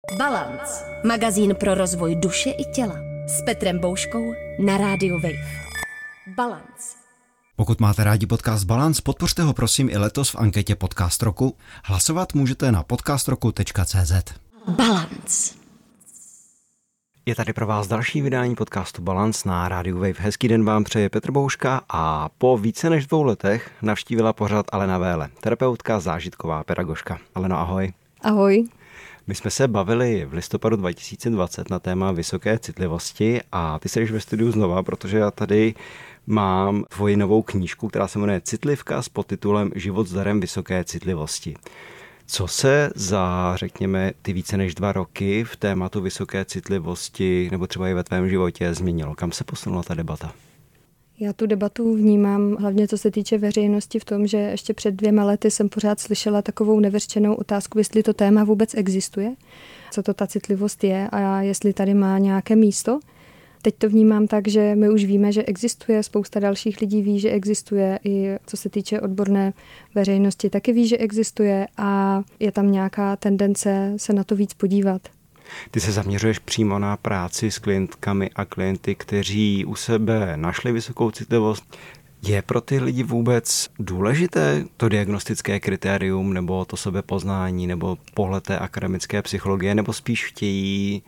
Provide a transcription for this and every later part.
Balance. Magazín pro rozvoj duše i těla. S Petrem Bouškou na rádiu Wave. Balance. Pokud máte rádi podcast Balance, podpořte ho prosím i letos v anketě Podcast roku. Hlasovat můžete na podcastroku.cz. Balance. Je tady pro vás další vydání podcastu Balance na rádiu Wave. Hezký den vám přeje Petr Bouška a po více než 2 letech navštívila pořad Alena Véle, terapeutka, zážitková pedagožka. Aleno, ahoj. Ahoj. My jsme se bavili v listopadu 2020 na téma vysoké citlivosti a ty jsi ve studiu znova, protože já tady mám tvoji novou knížku, která se jmenuje Citlivka s podtitulem Život s darem vysoké citlivosti. Co se za, řekněme, ty více než 2 roky v tématu vysoké citlivosti nebo třeba i ve tvém životě změnilo? Kam se posunula ta debata? Já tu debatu vnímám hlavně co se týče veřejnosti v tom, že ještě před 2 lety jsem pořád slyšela takovou nevyřčenou otázku, jestli to téma vůbec existuje, co to ta citlivost je a jestli tady má nějaké místo. Teď to vnímám tak, že my už víme, že existuje, spousta dalších lidí ví, že existuje, i co se týče odborné veřejnosti taky ví, že existuje a je tam nějaká tendence se na to víc podívat. Ty se zaměřuješ přímo na práci s klientkami a klienty, kteří u sebe našli vysokou citlivost. Je pro ty lidi vůbec důležité to diagnostické kritérium nebo to sebepoznání nebo pohled té akademické psychologie, nebo spíš chtějí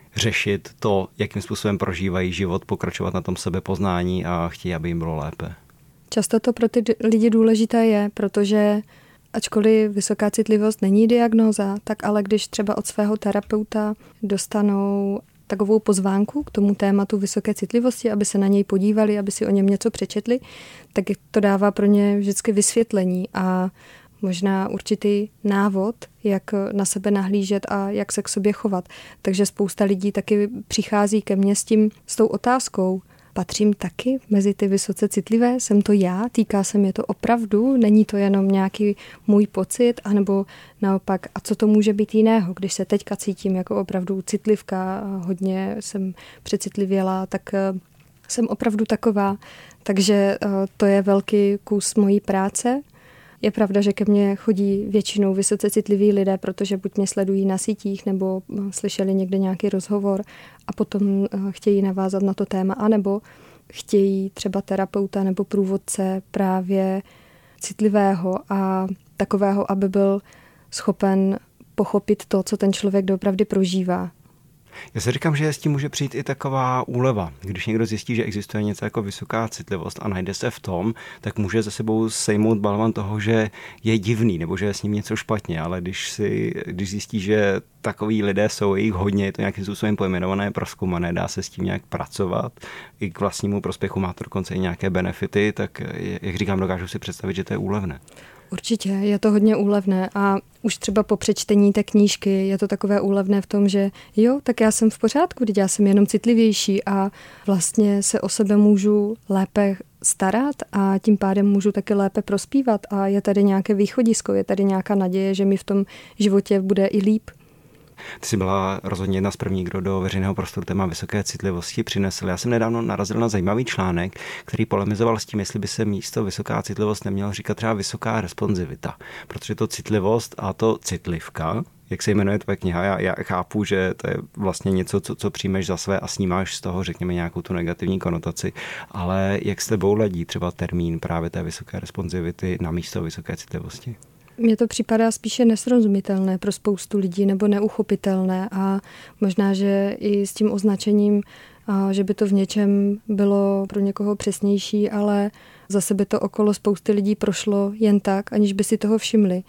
řešit to, jakým způsobem prožívají život, pokračovat na tom sebepoznání a chtějí, aby jim bylo lépe? Často to pro ty lidi důležité je, protože ačkoliv vysoká citlivost není diagnóza, tak ale když třeba od svého terapeuta dostanou takovou pozvánku k tomu tématu vysoké citlivosti, aby se na něj podívali, aby si o něm něco přečetli, tak to dává pro ně vždycky vysvětlení a možná určitý návod, jak na sebe nahlížet a jak se k sobě chovat. Takže spousta lidí taky přichází ke mně s tou otázkou, patřím taky mezi ty vysoce citlivé? Jsem to já? Týká se mě to opravdu? Není to jenom nějaký můj pocit? A nebo naopak, a co to může být jiného? Když se teďka cítím jako opravdu citlivka, hodně jsem přecitlivěla, tak jsem opravdu taková. Takže to je velký kus mojí práce. Je pravda, že ke mně chodí většinou vysoce citliví lidé, protože buď mě sledují na sítích, nebo slyšeli někde nějaký rozhovor a potom chtějí navázat na to téma, anebo chtějí třeba terapeuta nebo průvodce právě citlivého a takového, aby byl schopen pochopit to, co ten člověk doopravdy prožívá. Já si říkám, že s tím může přijít i taková úleva. Když někdo zjistí, že existuje něco jako vysoká citlivost a najde se v tom, tak může za sebou sejmout balvan toho, že je divný nebo že je s ním něco špatně, ale když zjistí, že takový lidé jsou, jich hodně, je to nějakým způsobem pojmenované, prozkoumané, dá se s tím nějak pracovat, i k vlastnímu prospěchu má to dokonce i nějaké benefity, tak jak říkám, dokážu si představit, že to je úlevné. Určitě, je to hodně úlevné a už třeba po přečtení té knížky je to takové úlevné v tom, že jo, tak já jsem v pořádku, teď já jsem jenom citlivější a vlastně se o sebe můžu lépe starat a tím pádem můžu taky lépe prospívat a je tady nějaké východisko, je tady nějaká naděje, že mi v tom životě bude i líp. Ty jsi byla rozhodně jedna z prvních, kdo do veřejného prostoru téma vysoké citlivosti přinesl. Já jsem nedávno narazil na zajímavý článek, který polemizoval s tím, jestli by se místo vysoká citlivost nemělo říkat třeba vysoká responsivita. Protože to citlivost a to citlivka, jak se jmenuje tvoje kniha, já chápu, že to je vlastně něco, co přijmeš za své a snímáš z toho, řekněme, nějakou tu negativní konotaci, ale jak s tebou ladí třeba termín právě té vysoké responsivity na místo vysoké citlivosti? Mně to připadá spíše nesrozumitelné pro spoustu lidí nebo neuchopitelné a možná, že i s tím označením, že by to v něčem bylo pro někoho přesnější, ale zase by to okolo spousty lidí prošlo jen tak, aniž by si toho všimli.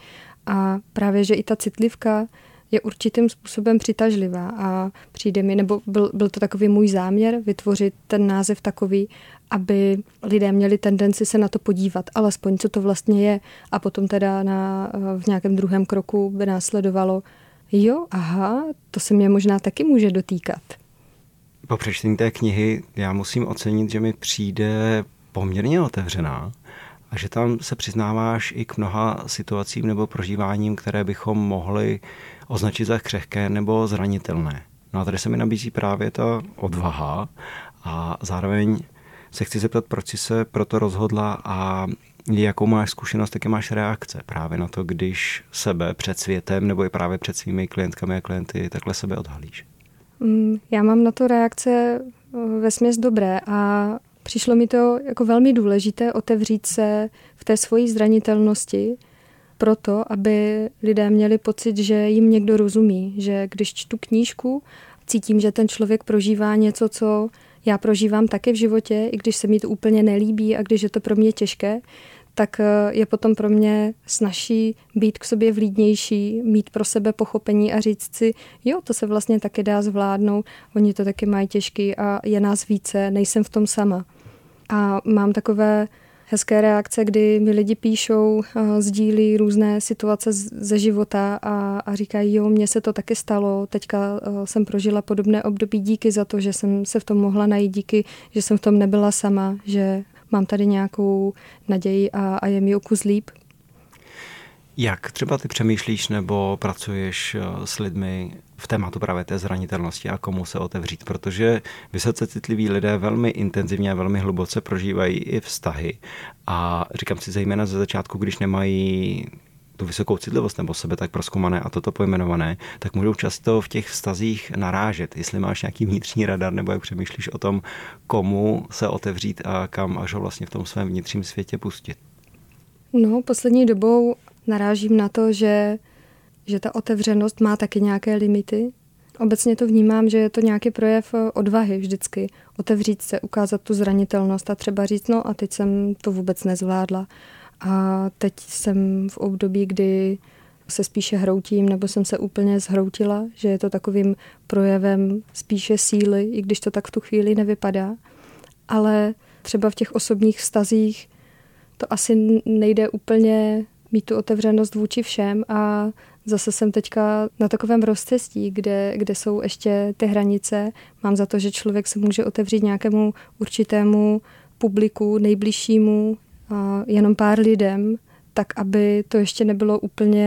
A právě, že i ta citlivka je určitým způsobem přitažlivá a přijde mi, nebo byl to takový můj záměr, vytvořit ten název takový, aby lidé měli tendenci se na to podívat, alespoň co to vlastně je a potom teda v nějakém druhém kroku by následovalo, jo, aha, to se mě možná taky může dotýkat. Po přečtení té knihy já musím ocenit, že mi přijde poměrně otevřená a že tam se přiznáváš i k mnoha situacím nebo prožíváním, které bychom mohli označit za křehké nebo zranitelné. No a tady se mi nabízí právě ta odvaha a zároveň se chci zeptat, proč jsi se proto rozhodla a jakou máš zkušenost, jaké máš reakce právě na to, když sebe před světem nebo i právě před svými klientkami a klienty takhle sebe odhalíš? Já mám na to reakce vesměs dobré a přišlo mi to jako velmi důležité otevřít se v té svojí zranitelnosti proto, aby lidé měli pocit, že jim někdo rozumí, že když čtu knížku, cítím, že ten člověk prožívá něco, co já prožívám taky v životě, i když se mi to úplně nelíbí a když je to pro mě těžké, tak je potom pro mě snazší být k sobě vlídnější, mít pro sebe pochopení a říct si, jo, to se vlastně taky dá zvládnout, oni to taky mají těžký a je nás více, nejsem v tom sama. A mám takové hezké reakce, kdy mi lidi píšou, sdílí různé situace ze života a říkají, jo, mně se to taky stalo, teďka jsem prožila podobné období, díky za to, že jsem se v tom mohla najít, díky, že jsem v tom nebyla sama, že mám tady nějakou naději a je mi o kus líp. Jak třeba ty přemýšlíš nebo pracuješ s lidmi v tématu právě té zranitelnosti a komu se otevřít? Protože vysoce citliví lidé velmi intenzivně a velmi hluboce prožívají i vztahy. A říkám si zejména ze začátku, když nemají tu vysokou citlivost nebo sebe tak prozkoumané a toto pojmenované, tak můžou často v těch vztazích narážet. Jestli máš nějaký vnitřní radar nebo jak přemýšlíš o tom, komu se otevřít a kam až ho vlastně v tom svém vnitřním světě pustit? No, poslední dobou narážím na to, že ta otevřenost má taky nějaké limity. Obecně to vnímám, že je to nějaký projev odvahy vždycky. Otevřít se, ukázat tu zranitelnost a třeba říct, no a teď jsem to vůbec nezvládla. A teď jsem v období, kdy se spíše hroutím, nebo jsem se úplně zhroutila, že je to takovým projevem spíše síly, i když to tak v tu chvíli nevypadá. Ale třeba v těch osobních vztazích to asi nejde úplně mít tu otevřenost vůči všem a zase jsem teďka na takovém rozcestí, kde jsou ještě ty hranice. Mám za to, že člověk se může otevřít nějakému určitému publiku, nejbližšímu, jenom pár lidem, tak aby to ještě nebylo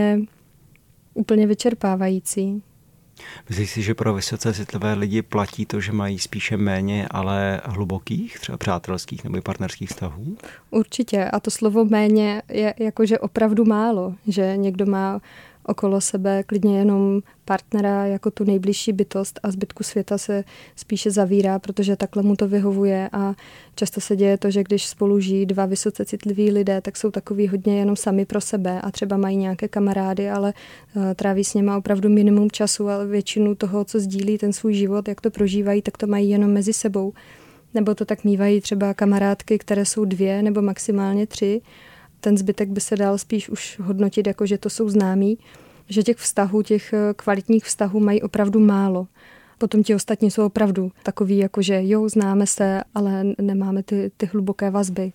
úplně vyčerpávající. Myslíš si, že pro vysoce citlivé lidi platí to, že mají spíše méně, ale hlubokých, třeba přátelských nebo partnerských vztahů? Určitě. A to slovo méně je jakože opravdu málo, že někdo má okolo sebe klidně jenom partnera jako tu nejbližší bytost a zbytku světa se spíše zavírá, protože takhle mu to vyhovuje a často se děje to, že když spolu žijí dva vysoce citliví lidé, tak jsou takový hodně jenom sami pro sebe a třeba mají nějaké kamarády, ale tráví s nimi opravdu minimum času a většinu toho, co sdílí ten svůj život, jak to prožívají, tak to mají jenom mezi sebou. Nebo to tak mívají třeba kamarádky, které jsou 2 nebo maximálně 3. Ten zbytek by se dal spíš už hodnotit, jako že to jsou známí, že těch vztahů, těch kvalitních vztahů mají opravdu málo. Potom ti ostatní jsou opravdu takový, jako že jo, známe se, ale nemáme ty hluboké vazby.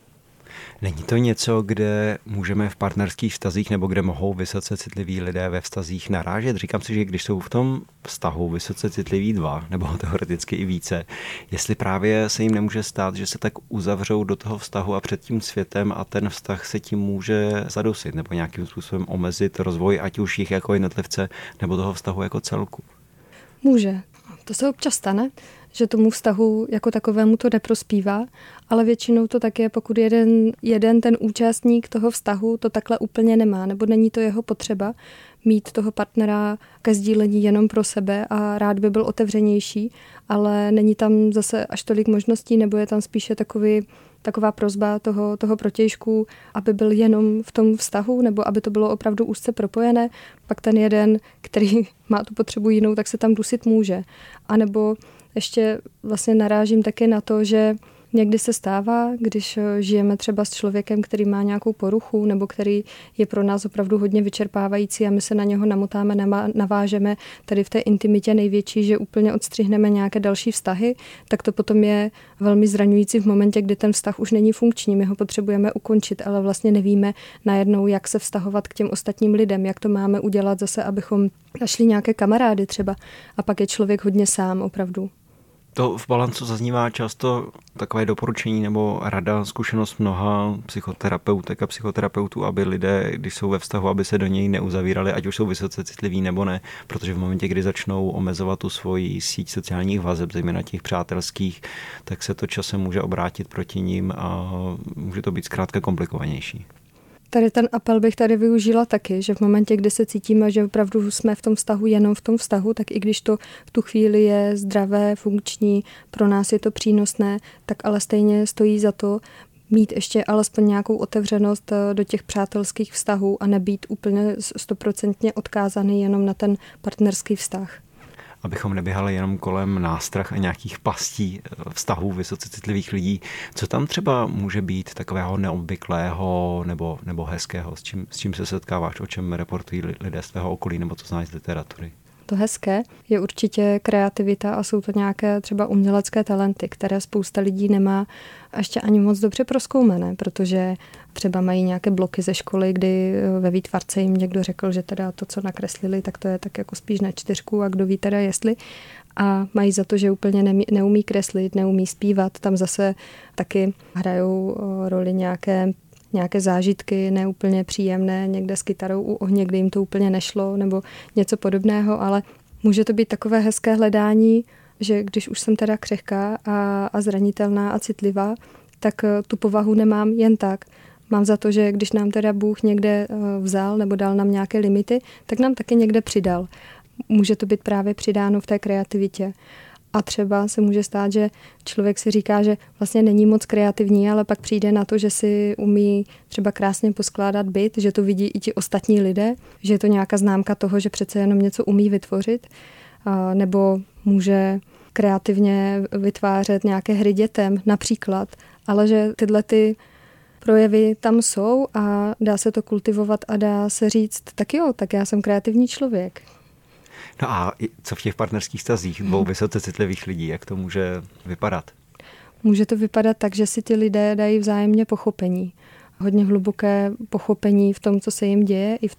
Není to něco, kde můžeme v partnerských vztazích nebo kde mohou vysoce citliví lidé ve vztazích narážet? Říkám si, že když jsou v tom vztahu vysoce citliví 2 nebo teoreticky i více, jestli právě se jim nemůže stát, že se tak uzavřou do toho vztahu a před tím světem a ten vztah se tím může zadusit nebo nějakým způsobem omezit rozvoj, ať už jich jako jednotlivce nebo toho vztahu jako celku. Může. To se občas stane, že tomu vztahu jako takovému to neprospívá, ale většinou to tak je, pokud jeden ten účastník toho vztahu to takhle úplně nemá, nebo není to jeho potřeba mít toho partnera ke sdílení jenom pro sebe a rád by byl otevřenější, ale není tam zase až tolik možností, nebo je tam spíše taková prosba toho protějšku, aby byl jenom v tom vztahu, nebo aby to bylo opravdu úzce propojené, pak ten jeden, který má tu potřebu jinou, tak se tam dusit může. A nebo ještě vlastně narážím taky na to, že někdy se stává, když žijeme třeba s člověkem, který má nějakou poruchu nebo který je pro nás opravdu hodně vyčerpávající a my se na něho namotáme, navážeme tady v té intimitě největší, že úplně odstřihneme nějaké další vztahy, tak to potom je velmi zraňující v momentě, kdy ten vztah už není funkční. My ho potřebujeme ukončit, ale vlastně nevíme najednou, jak se vztahovat k těm ostatním lidem, jak to máme udělat zase, abychom našli nějaké kamarády třeba a pak je člověk hodně sám opravdu. To v balancu zaznívá často takové doporučení nebo rada, zkušenost mnoha psychoterapeutek a psychoterapeutů, aby lidé, když jsou ve vztahu, aby se do něj neuzavírali, ať už jsou vysoce citliví nebo ne, protože v momentě, kdy začnou omezovat tu svoji síť sociálních vazeb, zejména těch přátelských, tak se to časem může obrátit proti ním a může to být zkrátka komplikovanější. Tady ten apel bych tady využila taky, že v momentě, kdy se cítíme, že opravdu jsme v tom vztahu, jenom v tom vztahu, tak i když to v tu chvíli je zdravé, funkční, pro nás je to přínosné, tak ale stejně stojí za to mít ještě alespoň nějakou otevřenost do těch přátelských vztahů a nebýt úplně 100% odkázaný jenom na ten partnerský vztah. Abychom neběhali jenom kolem nástrah a nějakých pastí vztahů vysoce citlivých lidí. Co tam třeba může být takového neobvyklého nebo hezkého? S čím se setkáváš, o čem reportují lidé z tvého okolí nebo co znáš z literatury? To hezké je určitě kreativita a jsou to nějaké třeba umělecké talenty, které spousta lidí nemá ještě ani moc dobře prozkoumané, protože třeba mají nějaké bloky ze školy, kdy ve výtvarce jim někdo řekl, že teda to, co nakreslili, tak to je tak jako spíš na 4 a kdo ví teda jestli. A mají za to, že úplně neumí kreslit, neumí zpívat. Tam zase taky hrajou roli nějaké zážitky neúplně příjemné, někde s kytarou u ohně, kdy jim to úplně nešlo, nebo něco podobného, ale může to být takové hezké hledání, že když už jsem teda křehká a zranitelná a citlivá, tak tu povahu nemám jen tak. Mám za to, že když nám teda Bůh někde vzal nebo dal nám nějaké limity, tak nám taky někde přidal. Může to být právě přidáno v té kreativitě. A třeba se může stát, že člověk si říká, že vlastně není moc kreativní, ale pak přijde na to, že si umí třeba krásně poskládat byt, že to vidí i ti ostatní lidé, že je to nějaká známka toho, že přece jenom něco umí vytvořit, nebo může kreativně vytvářet nějaké hry dětem například, ale že tyhle ty projevy tam jsou a dá se to kultivovat a dá se říct, tak jo, tak já jsem kreativní člověk. No a co v těch partnerských vztazích dvou vysoce citlivých lidí, jak to může vypadat? Může to vypadat tak, že si ti lidé dají vzájemně pochopení. Hodně hluboké pochopení v tom, co se jim děje, i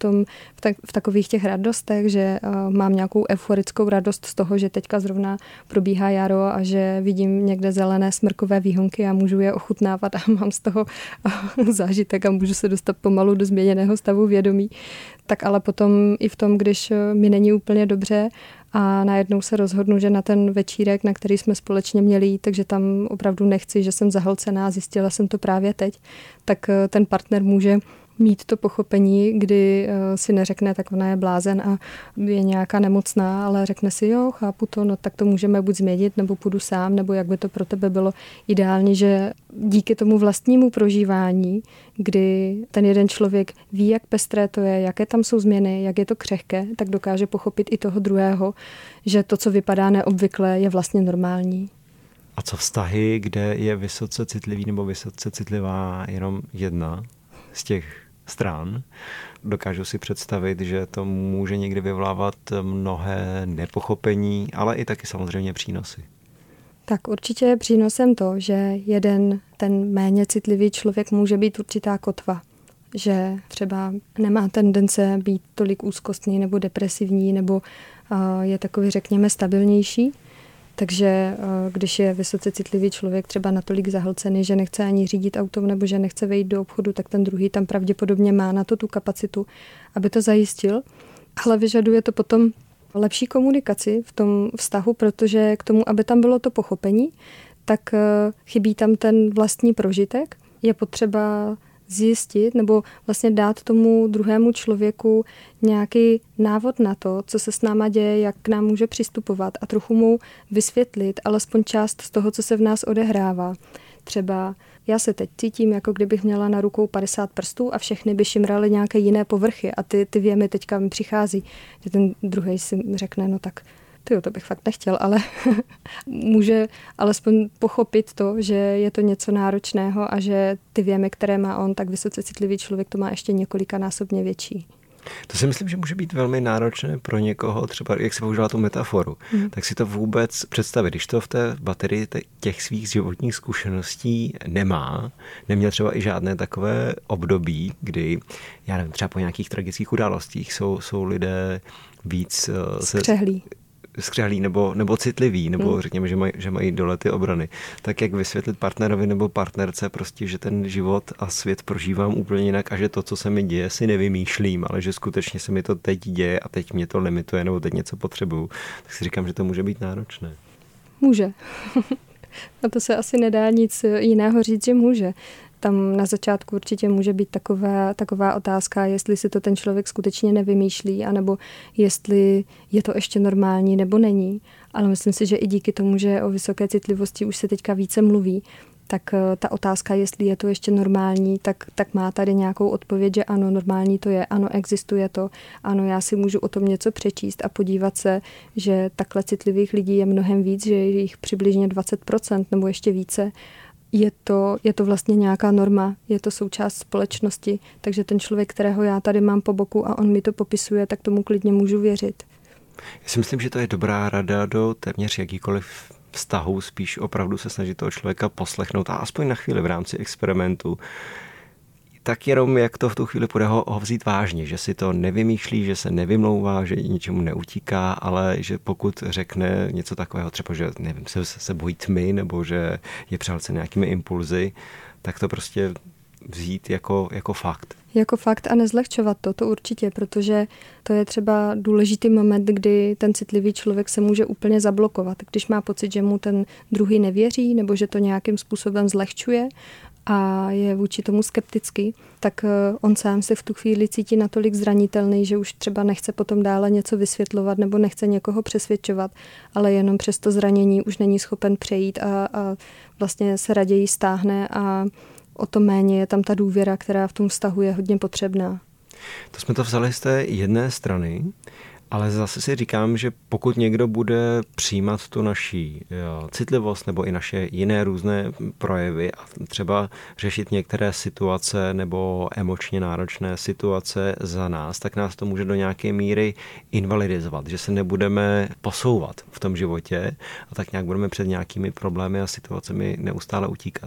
v takových těch radostech, že mám nějakou euforickou radost z toho, že teďka zrovna probíhá jaro a že vidím někde zelené smrkové výhonky a můžu je ochutnávat a mám z toho zážitek a můžu se dostat pomalu do změněného stavu vědomí. Tak ale potom i v tom, když mi není úplně dobře a najednou se rozhodnu, že na ten večírek, na který jsme společně měli jít, takže tam opravdu nechci, že jsem zahlcená, zjistila jsem to právě teď, tak ten partner může mít to pochopení, kdy si neřekne, tak ona je blázen a je nějaká nemocná, ale řekne si, jo, chápu to, no tak to můžeme buď změnit, nebo půjdu sám, nebo jak by to pro tebe bylo ideální, že díky tomu vlastnímu prožívání, kdy ten jeden člověk ví, jak pestré to je, jaké tam jsou změny, jak je to křehké, tak dokáže pochopit i toho druhého, že to, co vypadá neobvykle, je vlastně normální. A co vztahy, kde je vysoce citlivý nebo vysoce citlivá jenom jedna z těch stran? Dokážu si představit, že to může někdy vyvolávat mnohé nepochopení, ale i taky samozřejmě přínosy. Tak určitě je přínosem to, že jeden, ten méně citlivý člověk může být určitá kotva. Že třeba nemá tendence být tolik úzkostný nebo depresivní, nebo je takový, řekněme, stabilnější. Takže když je vysoce citlivý člověk třeba natolik zahlcený, že nechce ani řídit autem nebo že nechce vejít do obchodu, tak ten druhý tam pravděpodobně má na to tu kapacitu, aby to zajistil. Ale vyžaduje to potom lepší komunikaci v tom vztahu, protože k tomu, aby tam bylo to pochopení, tak chybí tam ten vlastní prožitek. Je potřeba zjistit nebo vlastně dát tomu druhému člověku nějaký návod na to, co se s náma děje, jak k nám může přistupovat a trochu mu vysvětlit alespoň část z toho, co se v nás odehrává. Třeba já se teď cítím, jako kdybych měla na rukou 50 prstů a všechny by šimraly nějaké jiné povrchy a ty věmy teďka mi přichází. Že ten druhej si řekne, no tak to bych fakt nechtěl, ale může alespoň pochopit to, že je to něco náročného a že ty věmy, které má on, tak vysoce citlivý člověk to má ještě několikanásobně větší. To si myslím, že může být velmi náročné pro někoho, třeba jak se použila tu metaforu, tak si to vůbec představit, když to v té baterii těch svých životních zkušeností neměl třeba i žádné takové období, kdy, já nevím, třeba po nějakých tragických událostích jsou lidé víc skřehlí. skřehlí nebo citlivý, nebo řekněme, že mají dole ty obrany. Tak jak vysvětlit partnerovi nebo partnerce prostě, že ten život a svět prožívám úplně jinak a že to, co se mi děje, si nevymýšlím, ale že skutečně se mi to teď děje a teď mě to limituje nebo teď něco potřebuju. Tak si říkám, že to může být náročné. Může. A to se asi nedá nic jiného říct, že může. Tam na začátku určitě může být taková otázka, jestli si to ten člověk skutečně nevymýšlí, anebo jestli je to ještě normální, nebo není. Ale myslím si, že i díky tomu, že o vysoké citlivosti už se teďka více mluví, tak ta otázka, jestli je to ještě normální, tak má tady nějakou odpověď, že ano, normální to je, ano, existuje to, ano, já si můžu o tom něco přečíst a podívat se, že takhle citlivých lidí je mnohem víc, že je jich přibližně 20% nebo ještě více. Je to vlastně nějaká norma, je to součást společnosti, takže ten člověk, kterého já tady mám po boku a on mi to popisuje, tak tomu klidně můžu věřit. Já si myslím, že to je dobrá rada do téměř jakýkoliv vztahu, spíš opravdu se snažit toho člověka poslechnout a aspoň na chvíli v rámci experimentu, tak jenom jak to v tu chvíli bude ho vzít vážně, že si to nevymýšlí, že se nevymlouvá, že ničemu neutíká, ale že pokud řekne něco takového, třeba, že nevím, se bojí tmy nebo že je přehlcen nějakými impulzy, tak to prostě vzít jako fakt. Jako fakt a nezlehčovat to určitě, protože to je třeba důležitý moment, kdy ten citlivý člověk se může úplně zablokovat. Když má pocit, že mu ten druhý nevěří nebo že to nějakým způsobem zlehčuje a je vůči tomu skeptický, tak on sám se v tu chvíli cítí natolik zranitelný, že už třeba nechce potom dále něco vysvětlovat nebo nechce někoho přesvědčovat, ale jenom přes to zranění už není schopen přejít a vlastně se raději stáhne a o to méně je tam ta důvěra, která v tom vztahu je hodně potřebná. To jsme to vzali z té jedné strany, ale zase si říkám, že pokud někdo bude přijímat tu naší citlivost nebo i naše jiné různé projevy a třeba řešit některé situace nebo emočně náročné situace za nás, tak nás to může do nějaké míry invalidizovat, že se nebudeme posouvat v tom životě a tak nějak budeme před nějakými problémy a situacemi neustále utíkat.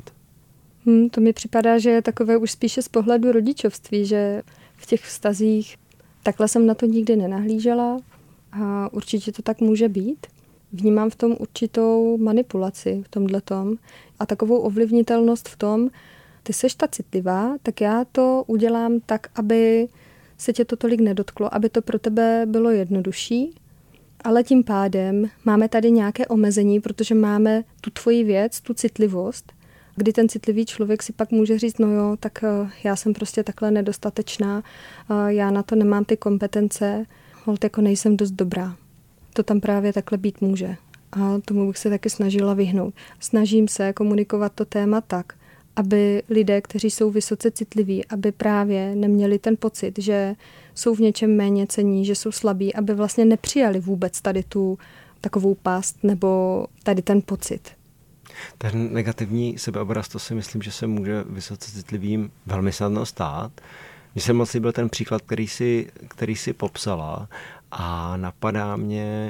To mi připadá, že je takové už spíše z pohledu rodičovství, že v těch vztazích takhle jsem na to nikdy nenahlížela a určitě to tak může být. Vnímám v tom určitou manipulaci v tomhletom a takovou ovlivnitelnost v tom, ty seš ta citlivá, tak já to udělám tak, aby se tě to tolik nedotklo, aby to pro tebe bylo jednodušší, ale tím pádem máme tady nějaké omezení, protože máme tu tvoji věc, tu citlivost, kdy ten citlivý člověk si pak může říct, no jo, tak já jsem prostě takhle nedostatečná, já na to nemám ty kompetence, holt jako nejsem dost dobrá. To tam právě takhle být může. A tomu bych se taky snažila vyhnout. Snažím se komunikovat to téma tak, aby lidé, kteří jsou vysoce citliví, aby právě neměli ten pocit, že jsou v něčem méně cenní, že jsou slabí, aby vlastně nepřijali vůbec tady tu takovou pást nebo tady ten pocit. Ten negativní sebeobraz, to si myslím, že se může vysoce citlivým velmi snadno stát. Mně se moc líbil ten příklad, který si popsala a napadá mě,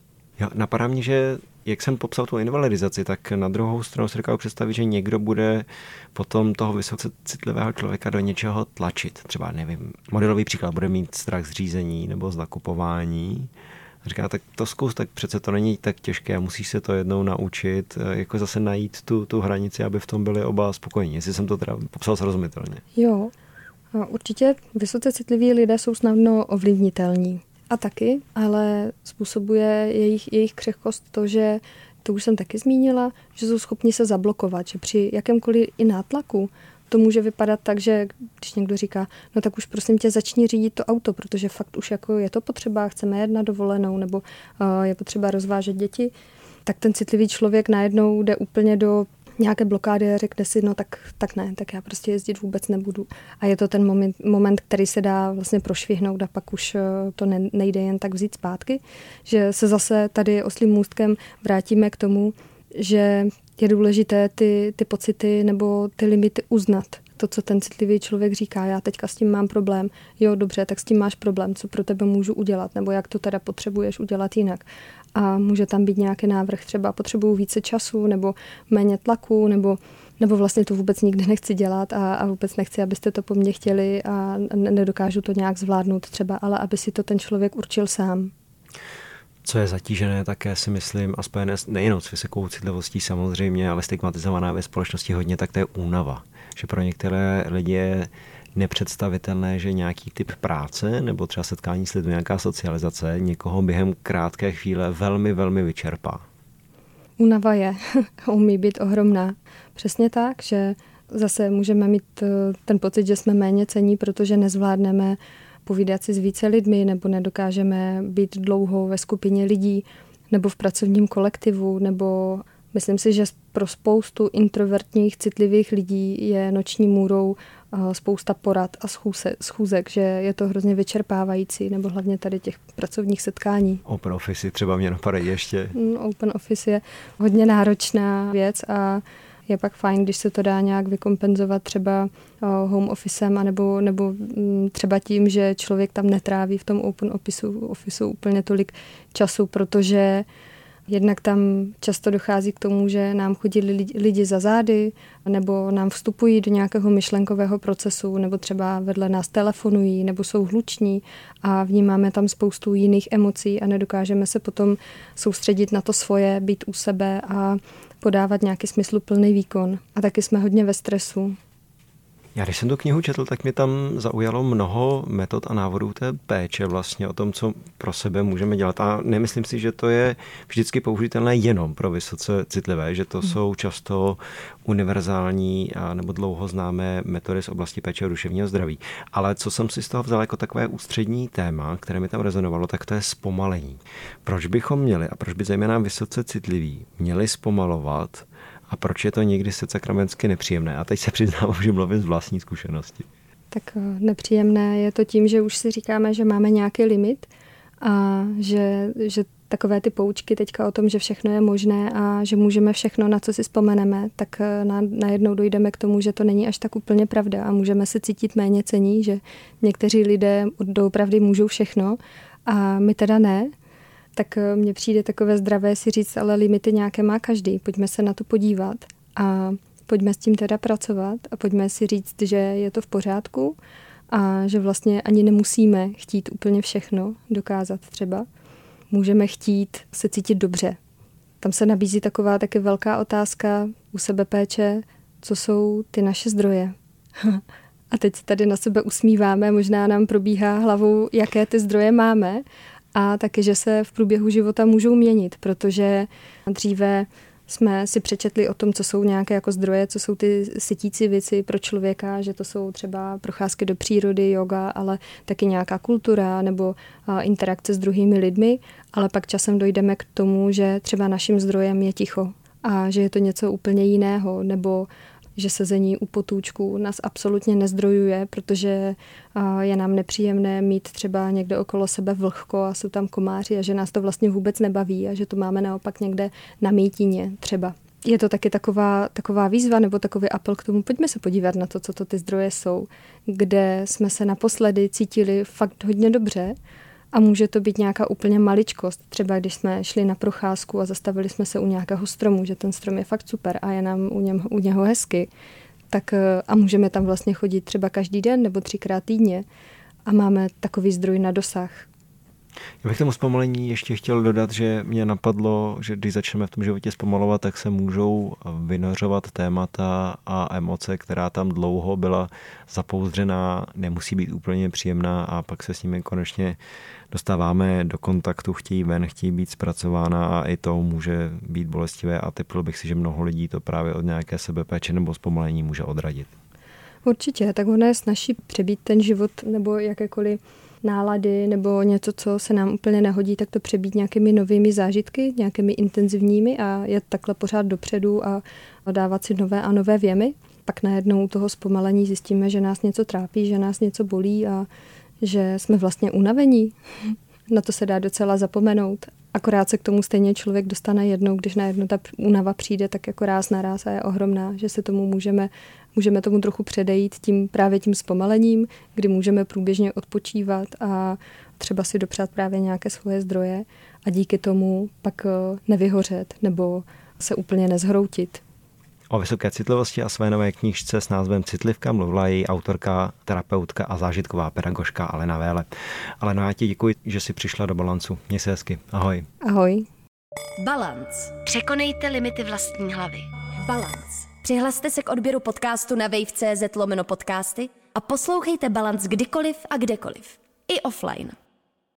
že jak jsem popsal tu invalidizaci, tak na druhou stranu si dokážu představit, že někdo bude potom toho vysoce citlivého člověka do něčeho tlačit. Třeba, nevím, modelový příklad, bude mít strach z řízení nebo z nakupování. Říká, tak to zkus, tak přece to není tak těžké, musíš se to jednou naučit, jako zase najít tu hranici, aby v tom byli oba spokojení, jestli jsem to teda popsal srozumitelně. Jo, určitě vysoce citliví lidé jsou snadno ovlivnitelní. A taky, ale způsobuje jejich křehkost to, že, to už jsem taky zmínila, že jsou schopni se zablokovat, že při jakémkoliv i nátlaku to může vypadat tak, že když někdo říká, no tak už prosím tě začni řídit to auto, protože fakt už jako je to potřeba, chceme jet na dovolenou nebo je potřeba rozvážet děti, tak ten citlivý člověk najednou jde úplně do nějaké blokády a řekne si, no tak ne, tak já prostě jezdit vůbec nebudu. A je to ten moment, který se dá vlastně prošvihnout a pak už to nejde jen tak vzít zpátky, že se zase tady oslím můstkem vrátíme k tomu, že je důležité ty pocity nebo ty limity uznat. To, co ten citlivý člověk říká, já teďka s tím mám problém. Jo, dobře, tak s tím máš problém, co pro tebe můžu udělat, nebo jak to teda potřebuješ udělat jinak. A může tam být nějaký návrh, třeba potřebuju více času, nebo méně tlaku, nebo vlastně to vůbec nikdy nechci dělat a vůbec nechci, abyste to po mně chtěli a nedokážu to nějak zvládnout třeba, ale aby si to ten člověk určil sám. Co je zatížené také, si myslím, a spojené nejenom s vysokou citlivostí samozřejmě, ale stigmatizovaná ve společnosti hodně, tak to je únava. Že pro některé lidi je nepředstavitelné, že nějaký typ práce nebo třeba setkání s lidmi, nějaká socializace někoho během krátké chvíle velmi, velmi vyčerpá. Únava je, umí být ohromná. Přesně tak, že zase můžeme mít ten pocit, že jsme méně cenní, protože nezvládneme povídat si s více lidmi, nebo nedokážeme být dlouho ve skupině lidí, nebo v pracovním kolektivu, nebo myslím si, že pro spoustu introvertních, citlivých lidí je noční můrou spousta porad a schůzek, že je to hrozně vyčerpávající, nebo hlavně tady těch pracovních setkání. Open Office třeba mě napadají ještě. Open Office je hodně náročná věc a je pak fajn, když se to dá nějak vykompenzovat třeba home officem, nebo třeba tím, že člověk tam netráví v tom open officeu úplně tolik času, protože jednak tam často dochází k tomu, že nám chodí lidi za zády, nebo nám vstupují do nějakého myšlenkového procesu, nebo třeba vedle nás telefonují, nebo jsou hluční a vnímáme tam spoustu jiných emocí a nedokážeme se potom soustředit na to svoje, být u sebe a podávat nějaký smysluplný výkon. A taky jsme hodně ve stresu. Já když jsem tu knihu četl, tak mě tam zaujalo mnoho metod a návodů té péče vlastně o tom, co pro sebe můžeme dělat. A nemyslím si, že to je vždycky použitelné jenom pro vysoce citlivé, že to jsou často univerzální nebo dlouho známé metody z oblasti péče o duševního zdraví. Ale co jsem si z toho vzal jako takové ústřední téma, které mi tam rezonovalo, tak to je zpomalení. Proč bychom měli, a proč by zejména vysoce citliví měli zpomalovat, a proč je to někdy sakramensky nepříjemné? A teď se přiznám, že mluvím z vlastní zkušenosti. Tak nepříjemné je to tím, že už si říkáme, že máme nějaký limit a že takové ty poučky teďka o tom, že všechno je možné a že můžeme všechno, na co si vzpomeneme, tak najednou dojdeme k tomu, že to není až tak úplně pravda a můžeme se cítit méně cenní, že někteří lidé doopravdy můžou všechno a my teda ne. Tak mně přijde takové zdravé si říct, ale limity nějaké má každý. Pojďme se na to podívat a pojďme s tím teda pracovat a pojďme si říct, že je to v pořádku a že vlastně ani nemusíme chtít úplně všechno dokázat třeba. Můžeme chtít se cítit dobře. Tam se nabízí taková taky velká otázka u sebepéče, co jsou ty naše zdroje. A teď tady na sebe usmíváme, možná nám probíhá hlavou, jaké ty zdroje máme, a taky, že se v průběhu života můžou měnit, protože dříve jsme si přečetli o tom, co jsou nějaké jako zdroje, co jsou ty sytící věci pro člověka, že to jsou třeba procházky do přírody, yoga, ale taky nějaká kultura nebo interakce s druhými lidmi, ale pak časem dojdeme k tomu, že třeba naším zdrojem je ticho a že je to něco úplně jiného, nebo že sezení u potůčku nás absolutně nezdrojuje, protože je nám nepříjemné mít třeba někde okolo sebe vlhko a jsou tam komáři a že nás to vlastně vůbec nebaví a že to máme naopak někde na mítině třeba. Je to taky taková výzva nebo takový apel k tomu, pojďme se podívat na to, co to ty zdroje jsou, kde jsme se naposledy cítili fakt hodně dobře. A může to být nějaká úplně maličkost. Třeba když jsme šli na procházku a zastavili jsme se u nějakého stromu, že ten strom je fakt super a je nám u něho hezky. Tak a můžeme tam vlastně chodit třeba každý den nebo 3krát týdně a máme takový zdroj na dosah. Já bych tomu zpomalení ještě chtěl dodat, že mě napadlo, že když začneme v tom životě zpomalovat, tak se můžou vynořovat témata a emoce, která tam dlouho byla zapouzdřená, nemusí být úplně příjemná a pak se s nimi konečně dostáváme do kontaktu, chtějí ven, chtějí být zpracována a i to může být bolestivé a typl bych si, že mnoho lidí to právě od nějaké sebepéče nebo zpomalení může odradit. Určitě, tak ono je snazší přebít ten život nebo jakékoliv nálady nebo něco, co se nám úplně nehodí, tak to přebít nějakými novými zážitky, nějakými intenzivními a jet takhle pořád dopředu a dávat si nové a nové věmy. Pak najednou u toho zpomalení zjistíme, že nás něco trápí, že nás něco bolí a že jsme vlastně unavení. Na to se dá docela zapomenout. Akorát se k tomu stejně člověk dostane jednou, když najednou ta únava přijde, tak jako ráz na ráz a je ohromná, že se tomu můžeme tomu trochu předejít právě tím zpomalením, kdy můžeme průběžně odpočívat a třeba si dopřát právě nějaké svoje zdroje a díky tomu pak nevyhořet nebo se úplně nezhroutit. O vysoké citlivosti a své nové knížce s názvem Citlivka mluvila její autorka, terapeutka a zážitková pedagožka Alena Véle. Aleno, já ti děkuji, že jsi přišla do Balancu. Měj se hezky. Ahoj. Ahoj. Balance. Překonejte limity vlastní hlavy. Balance. Přihlaste se k odběru podcastu na wave.cz/podcasty a poslouchejte Balance kdykoliv a kdekoliv. I offline.